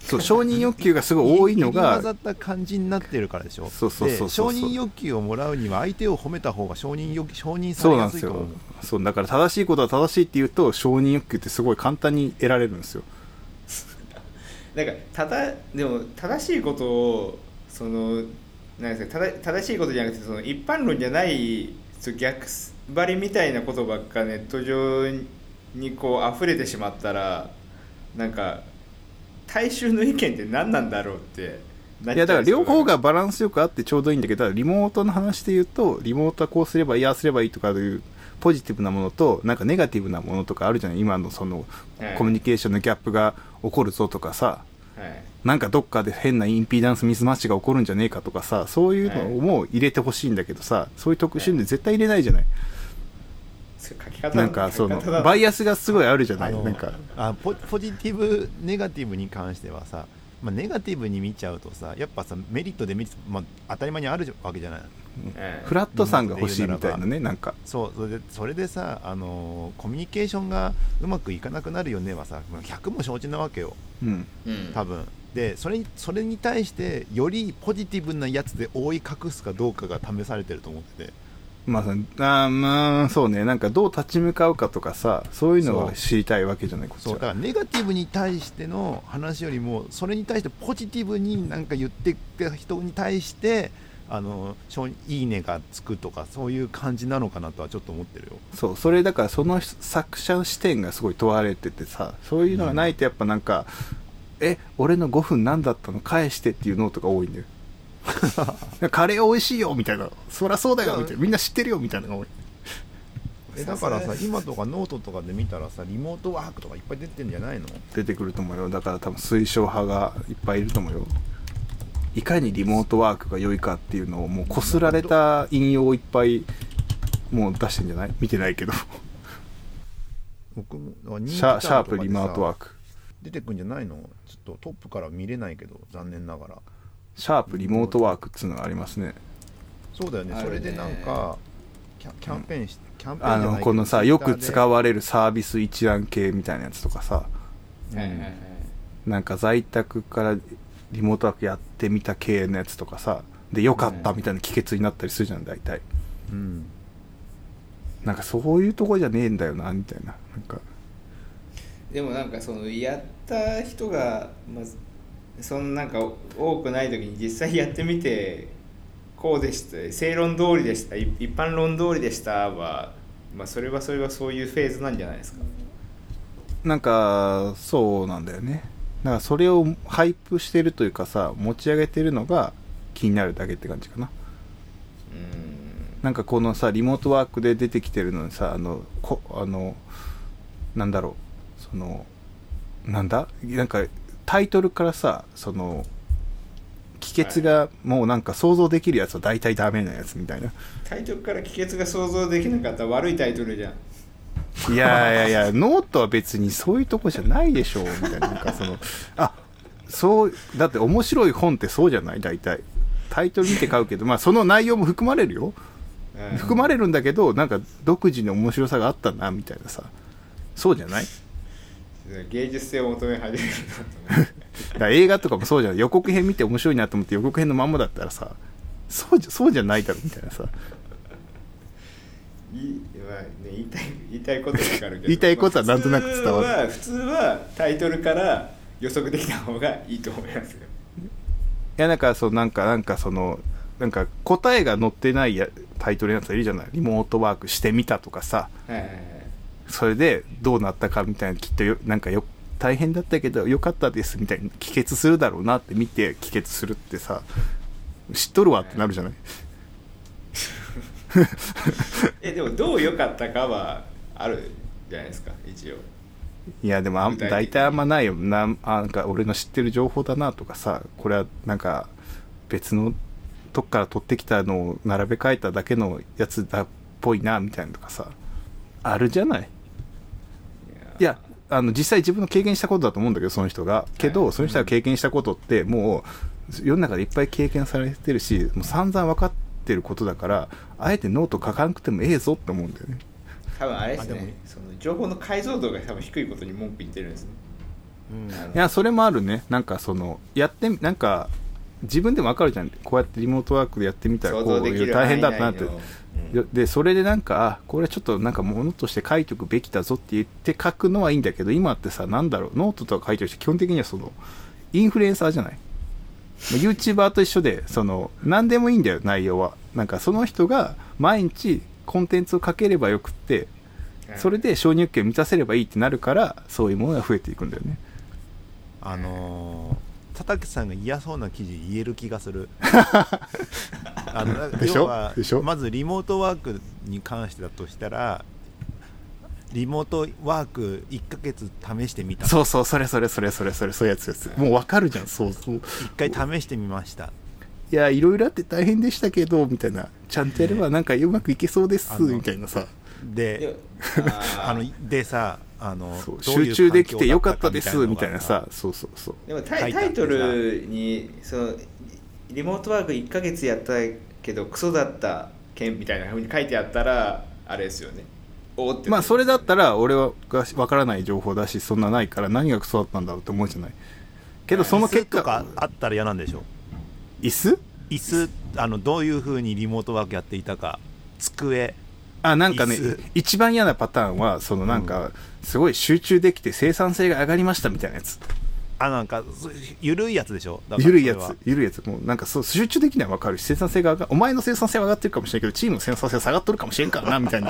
そう承認欲求がすごい多いのが
入り混ざった感じになってるからでしょ。
そうそうそうそうそう
で承認欲求をもらうには相手を褒めた方が承認欲承認さ
そう
れ
なんですよ
やすいと思う。
そうだから正しいことは正しいって言うと承認欲求ってすごい簡単に得られるんですよ。
なんかただでも正しいことをそのなんですか、正正しいことじゃなくてその一般論じゃないそう逆張りみたいなことばっかネット上にこう溢れてしまったらなんか大衆の意見って何なんだろうってなっちゃう。
いやだから両方がバランスよくあってちょうどいいんだけど、リモートの話で言うとリモートはこうすればいいああすればいいとかいうポジティブなものとなんかネガティブなものとかあるじゃない。今のそのコミュニケーションのギャップが起こるぞとかさ、はい、なんかどっかで変なインピーダンスミスマッチが起こるんじゃねえかとかさ、そういうのも入れてほしいんだけどさ、そういう特殊で絶対入れないじゃない。
書き方
なんかそのバイアスがすごいあるじゃない。なんか
あ ポ, ポジティブネガティブに関してはさ、まあ、ネガティブに見ちゃうとさやっぱさメリットデメリット、まあ、当たり前にあるわけじゃない、うん、
フラットさんが欲しいみたいなね。なんか
そうそれでそれでさ、あのー、コミュニケーションがうまくいかなくなるよねはさひゃくも承知なわけよ、うん、多分でそれにそれに対してよりポジティブなやつで覆い隠すかどうかが試されてると思ってて、
まあ、あまあそうね、なんかどう立ち向かうかとかさ、そういうのを知りたいわけじゃない。こっちは
そうだからネガティブに対しての話よりもそれに対してポジティブになんか言ってきた人に対してあのいいねがつくとかそういう感じなのかなとはちょっと思ってるよ。
そうそれだからその作者視点がすごい問われててさ、そういうのがないとやっぱなんか、うん、え俺のごふん何だったの返してっていうノートが多いんだよカレー美味しいよみたいな、そりゃそうだよみたいな、みんな知ってるよみたいなのが多い。
えだからさ今とかノートとかで見たらさリモートワークとかいっぱい出てんじゃないの。
出てくると思うよ。だから多分推奨派がいっぱいいると思うよ。いかにリモートワークが良いかっていうのをもうこすられた引用をいっぱいもう出してんじゃない。見てないけど
僕も
シャシャープリモートワーク
出てくんじゃないの。ちょっとトップから見れないけど残念ながら
シャープリモートワークっていうのがありますね。
そうだよね。それでなんかキャキャンペーンし、キャンペーン
あのこのさよく使われるサービス一覧系みたいなやつとかさ、うん、なんか在宅からリモートワークやってみた系のやつとかさでよかったみたいな帰結になったりするじゃん大体、うん、なんかそういうとこじゃねえんだよなみたいな。なんか
でもなんかそのやった人がまずそのなんか多くない時に実際やってみてこうでした正論通りでした一般論通りでしたは、まあ、それはそれはそういうフェーズなんじゃないですか。
なんかそうなんだよね。だからそれをハイプしてるというかさ持ち上げてるのが気になるだけって感じかな。うーんなんかこのさリモートワークで出てきてるのにさあのこあのなんだろうそのなんだなんかタイトルからさその帰結がもうなんか想像できるやつは大体ダメなやつみたいな。
タイトルから帰結が想像できなかったら悪いタイトルじゃん。
いやいやいやノートは別にそういうとこじゃないでしょうみたいな。なんかそのあそうだって面白い本ってそうじゃない大体タイトル見て買うけどまあその内容も含まれるよ、うん、含まれるんだけどなんか独自の面白さがあったなみたいなさそうじゃない。
芸術性を求め始める
だから映画とかもそうじゃん。予告編見て面白いなと思って予告編のまんまだったらさそうじゃ、そうじゃないだろみたいなさ
いい、まあね、言いたい言いたいことは分かるけど
言いたいことはなんとなく伝わる、
まあ、普通は普通はタイトルから予測できた方がいいと思いますよ。
いやなんかそうなんかなんかそのなんか答えが載ってないやタイトルのやついるじゃない。リモートワークしてみたとかさ、はいはいはい、それでどうなったかみたいなきっとよなんかよ大変だったけどよかったですみたいに帰結するだろうなって見て帰結するってさ知っとるわってなるじゃない。
えでもどう良かったかはあるじゃないですか一応。
いやでもあ大体あんまないよな。なんか俺の知ってる情報だなとかさこれはなんか別のとこから取ってきたのを並べ替えただけのやつだっぽいなみたいなとかさあるじゃない。いやあの実際自分の経験したことだと思うんだけどその人がけど、はい、その人が経験したことってもう世の中でいっぱい経験されてるしもう散々分かってることだからあえてノート書かなくてもええぞって思うんだよね。
多分あれですねその情報の解像度が多分低いことに文句言ってるんですね。
うん
あの
いやそれもあるね。なんかそのやってなんか自分でも分かるじゃん。こうやってリモートワークでやってみたらこういう大変だったなって、
うん、
でそれでなんかあこれちょっとなんかものとして書いておくべきだぞって言って書くのはいいんだけど、今ってさなんだろうノートとか書いてる人基本的にはそのインフルエンサーじゃない。YouTuber と一緒でその何でもいいんだよ内容は。なんかその人が毎日コンテンツを書ければよくって、それで承認欲求を満たせればいいってなるから、そういうものが増えていくんだよね。
あのー、佐竹さんが嫌そうな記事言える気がするあの
でしょ
要は
でしょ。
まずリモートワークに関してだとしたらリモートワークいっかげつ試してみた。
そうそうそれそれそれそれそれそういうやつです。もうわかるじゃん。そうそう
いっかい試してみました。
いやいろいろあって大変でしたけどみたいな、ちゃんとやればなんかうまくいけそうですみたいなさ。
であのでさあの
集中できてよかったですみたいなさ。そうそうそう。
でもタイ、タイトルにそのリモートワークいっかげつやったけどクソだった件みたいな風に書いてあったらあれですよね。おって
まあそれだったら俺はわからない情報だしそんなないから何がクソだったんだろうって思うじゃない。けどその結果
椅子とかあったら嫌なんでしょ。
椅子
椅子あのどういう風にリモートワークやっていたか、机
あなんかね一番嫌なパターンはそのなんかすごい集中できて生産性が上がりましたみたいなやつ。
あなんかゆるいやつでしょ。
ゆるいやつゆるいやつもうなんかそう集中できないは分かるし生産性が上がお前の生産性は上がってるかもしれないけどチームの生産性は下がっとるかもしれんからなみたいな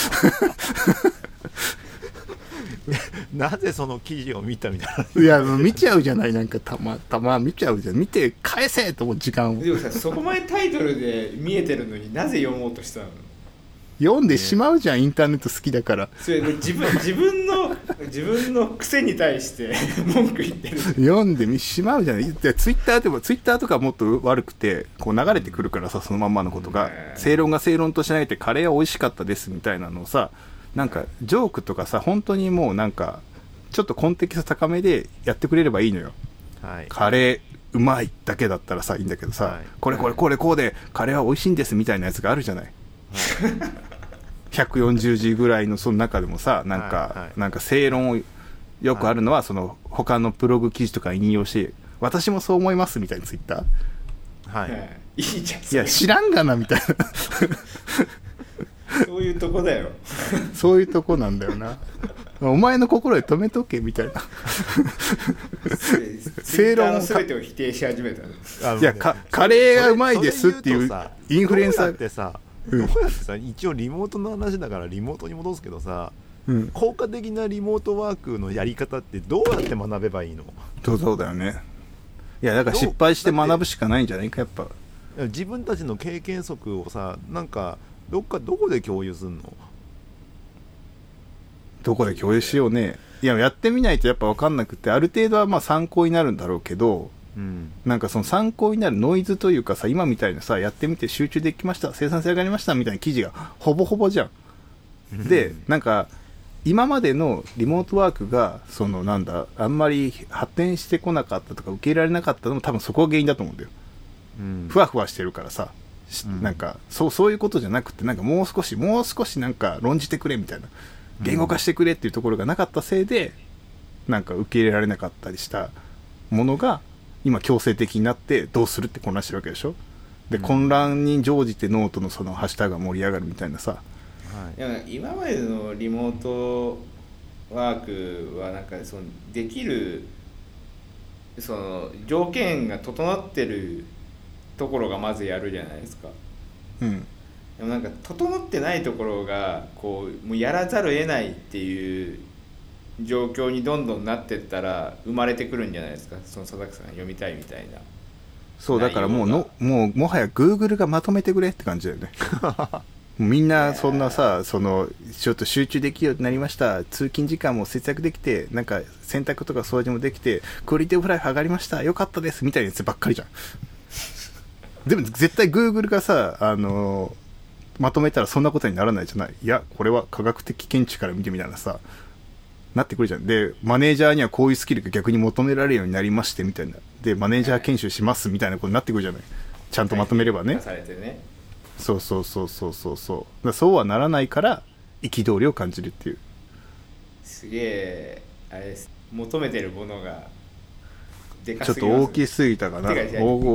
なぜその記事を見たみたいな。
いや見ちゃうじゃない。なんかたまたま見ちゃうじゃん。見て返せと思う時間を。
でもさそこまでタイトルで見えてるのになぜ読もうとしたの。
読んでしまうじゃん、インターネット好きだから。
それ自分自分の自分の癖に対して文句言ってる。
読んでしまうじゃん。でツイッターでもツイッターとかもっと悪くてこう流れてくるからさ、そのまんまのことが、正論が正論としないでカレーは美味しかったですみたいなのをさ、なんかジョークとかさ本当にもうなんかちょっとコンテキスト高めでやってくれればいいのよ、はい、カレーうまいだけだったらさいいんだけどさ、はい、これこれこれこうでカレーは美味しいんですみたいなやつがあるじゃない、はい、ひゃくよんじゅうじぐらいのその中でもさなんか、はいはい、なんか正論をよくあるのは、はい、その他のブログ記事とか引用して私もそう思いますみたいなツイッター、はい、いいじゃん。いや知らんがなみたいな
そういうとこだよ
そういうとこなんだよなお前の心で止めとけみたいな
正論の全てを否定し始めた。
いやかカレーがうまいですっていうインフルエンサー
ってさ、どうやってさ、一応リモートの話だからリモートに戻すけどさ、うん、効果的なリモートワークのやり方ってどうやって学べばいいの？
そうそうだよね。いやだから失敗して学ぶしかないんじゃないかやっぱ。
自分たちの経験則をさ、なんかどっかどこで共有すんの？
どこで共有しようね。いややってみないとやっぱ分かんなくて、ある程度はまあ参考になるんだろうけど、うん、なんかその参考になるノイズというかさ、今みたいなさやってみて集中できました、生産性上がりましたみたいな記事がほぼほぼじゃん。でなんか今までのリモートワークがそのなんだあんまり発展してこなかったとか受け入れられなかったのも多分そこが原因だと思うんだよ、うん、ふわふわしてるからさ、うん、なんかそうそういうことじゃなくて、なんかもう少しもう少しなんか論じてくれみたいな、言語化してくれっていうところがなかったせいで、なんか受け入れられなかったりしたものが今強制的になってどうするって混乱してるわけでしょ。で、うん、混乱に乗じてノートのそのハッシュタグが盛り上がるみたいなさ、
はい、今までのリモートワークはなんかそのできるその条件が整ってるところがまずやるじゃないですか、うん、でもなんか整ってないところがこうもうやらざるを得ないっていう状況にどんどんなってったら生まれてくるんじゃないですか、その佐々木さんが読みたいみたいな。
そうだからもうのもうもはや Google がまとめてくれって感じだよねみんなそんなさ、そのちょっと集中できるようになりました、通勤時間も節約できて、なんか洗濯とか掃除もできてクオリティオブライフ上がりました、よかったですみたいなやつばっかりじゃんでも絶対 Google がさ、あのまとめたらそんなことにならないじゃない。いやこれは科学的見地から見てみたらさなってくるじゃん。でマネージャーにはこういうスキルが逆に求められるようになりましてみたいな、でマネージャー研修しますみたいなことになってくるじゃない、ちゃんとまとめればね、
されてね。
そうそうそうそうそうそうだ、そうはならないから憤りを感じるっていう。
すげえあれです。 求めてるものがでか
ちょっと
すぎます
大きすぎたかな。
てか
おお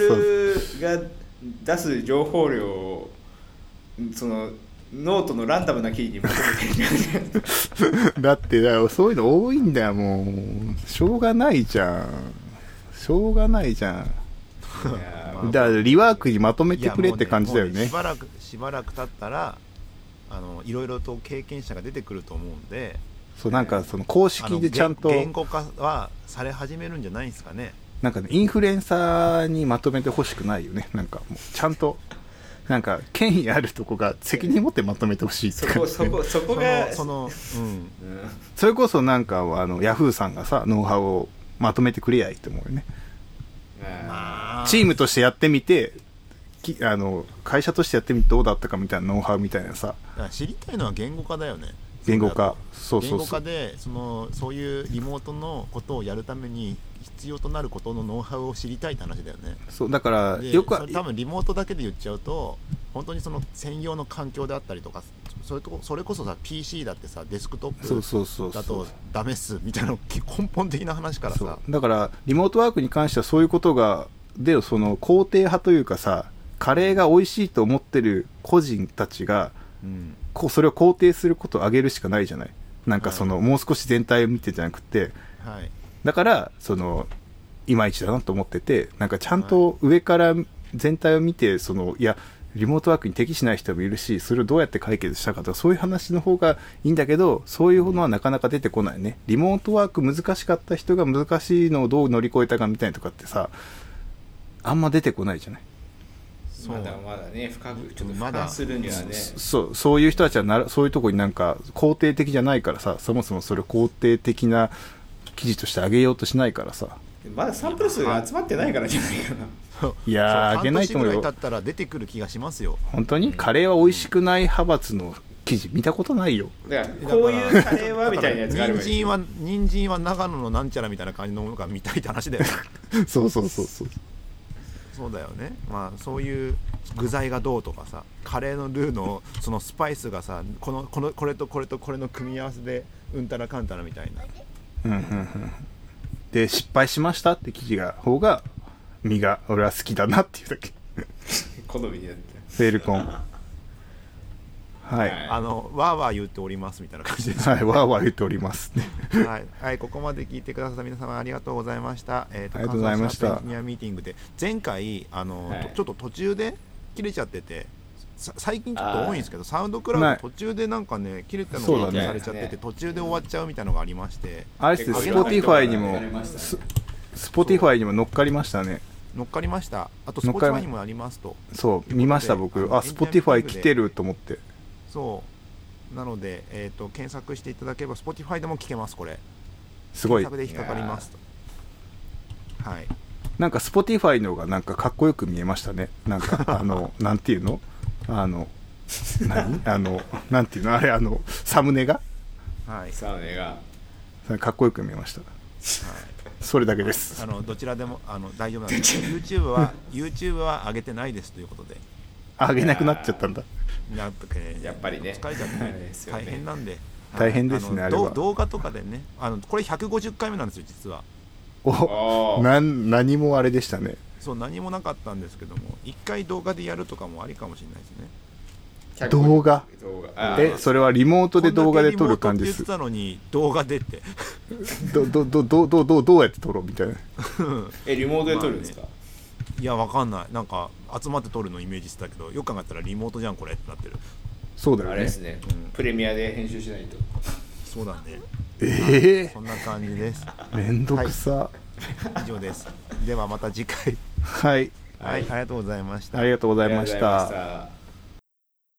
Google が出す情報量をそのノートのランダムな記事に求めてる
そうだってだよ、そういうの多いんだよ、もうしょうがないじゃんしょうがないじゃん。
いや
まあ
だからリワークにまとめてくれ
いや
って感じだよね。
もうしばらくしばらく経ったらあのいろいろと経験者が出てくると思うんで、
そうなんかその公
あ
式
の
でちゃんと
言言語化はされ始めるんじゃないですかね。
なんかね、インフルエンサーにまとめてほしくないよね。なんかもうちゃんとなんか権威あるとこが責任持ってまとめてほしいって
そ
感じ。
こそこそこ
そ
が
のそのうん
うん
それこそなんかあのヤフーさんがさノウハウをまとめてくれやいと思うよね。
まあ
チームとしてやってみてきあの会社としてやってみてどうだったかみたいなノウハウみたいなさ、
だから知りたいのは言語化だよね。
言語化、そう
言語
そうそう、
化でそのそういうリモートのことをやるために必要となることのノウハウを知りたいって話だよね。
そうだから
で
よくは
それ多分リモートだけで言っちゃうと本当にその専用の環境であったりとか、それとそれこそさ ピーシー だってさデスクト
そう
ッ
そうそう
プだ
そう
とダメっすみたいな根本的な話から
そう
さ、
だからリモートワークに関してはそういうことがでその肯定派というかさ、カレーが美味しいと思ってる個人たちが
うん
こうそれを肯定することを上げるしかないじゃない。なんかその、
は
もう少し全体を見てじゃなくて、
はい
だからそのいまいちだなと思ってて、なんかちゃんと上から全体を見て、そのいやリモートワークに適しない人もいるし、それをどうやって解決したかとかそういう話の方がいいんだけど、そういうのはなかなか出てこないね。リモートワーク難しかった人が難しいのをどう乗り越えたかみたいなとかってさ、あんま出てこないじゃない。
そう
まだまだね深くちょっと
まだ
俯瞰するにはね、
そうそういう人たちはならそういうところになんか肯定的じゃないからさ、そもそもそれを肯定的な記事として上げようとしないからさ。
まだサンプル数が集まってないからじゃないかな。
いやー
そう
上げないと思うよ
半年ぐらい経ったら出てくる気がしますよ。
本当にカレーは美味しくない派閥の記事見たことないよ。
だからこういうカレーはみたいなやつがあればいい。
人参は人参は長野のなんちゃらみたいな感じのものが見たいって話だよね。
そうそうそうそう。
そうだよね。まあそういう具材がどうとかさ、カレーのルーのそのスパイスがさ、このこのこれとこれとこれの組み合わせでうんたらかんたらみたいな。
うんうんうん。で失敗しましたって記事が方が身が俺は好きだなっていうだけ。
好みになって
フェルコン。はい。
あのわーわー言っておりますみたいな感じです。
はい、わーわー言っておりますね。
はい、はい、ここまで聞いてくださった皆様ありがとうございました。えーと
ありがとうございました
関西シャープエンジニアミーティングで前回あの、
はい
とちょっと途中で切れちゃってて、さ最近ちょっと多いんですけど、サウンドクラ
ない
ウド途中でなんかね切れたのが
そうだね
されちゃってて、
ね
途中で終わっちゃうみたいなのがありまして、
あれですね、ス
結構
ポティファイにも
上げられましたね、
スポティファイにも乗っかりましたね。
乗っかりました。あとス
乗っかり
ポーツファイにもありますと。
そう、見ました
あ
僕。
の
あ、スポティファイ来てると思って。
そうなので、えー、と検索していただければ Spotify でも聞けます。これ
すごい。
検索で引っかかりますと。はい、
なんかスポティファイのがなんかかっこよく見えましたね。なんかあのなんていうのあの何あのなんていうのあれあのサムネが
はい
サウネが
かっこよく見えました。それだけです。
あのどちらでもあの大丈夫なんです。YouTube は YouTube は上げてないですということで、
あげなくなっちゃったんだ。
なんとかね
やっぱりね
疲れちゃって
あれ
ね
ですよね
大変なんで、
大変ですね
あの
あれは
ど動画とかでね、あのこれひゃくごじゅっかいめなんですよ実は。
お
おー
なん何もあれでしたね。
そう何もなかったんですけども、一回動画でやるとかもありかもしれないですね。
動画
動画あー
えそれはリモートで動画で撮る感じです
こんだけリモートって言ってたのに動画でって
どどどどどどどうやって撮ろうみたいな。
えリモートで撮るんですか、
いやわかんないなんか集まって撮るのイメージしてたけど、よく考えたらリモートじゃんこれってなってる。
そうだよね
あれです。ね、
うん
プレミアで編集しないと。
そうだね。
え
そんな感じです。
えめんどくさ。
以上です。ではまた次回。
はい、
はい、ありがとうございました。
ありがとうございまし
ありがとうございま
た。
した。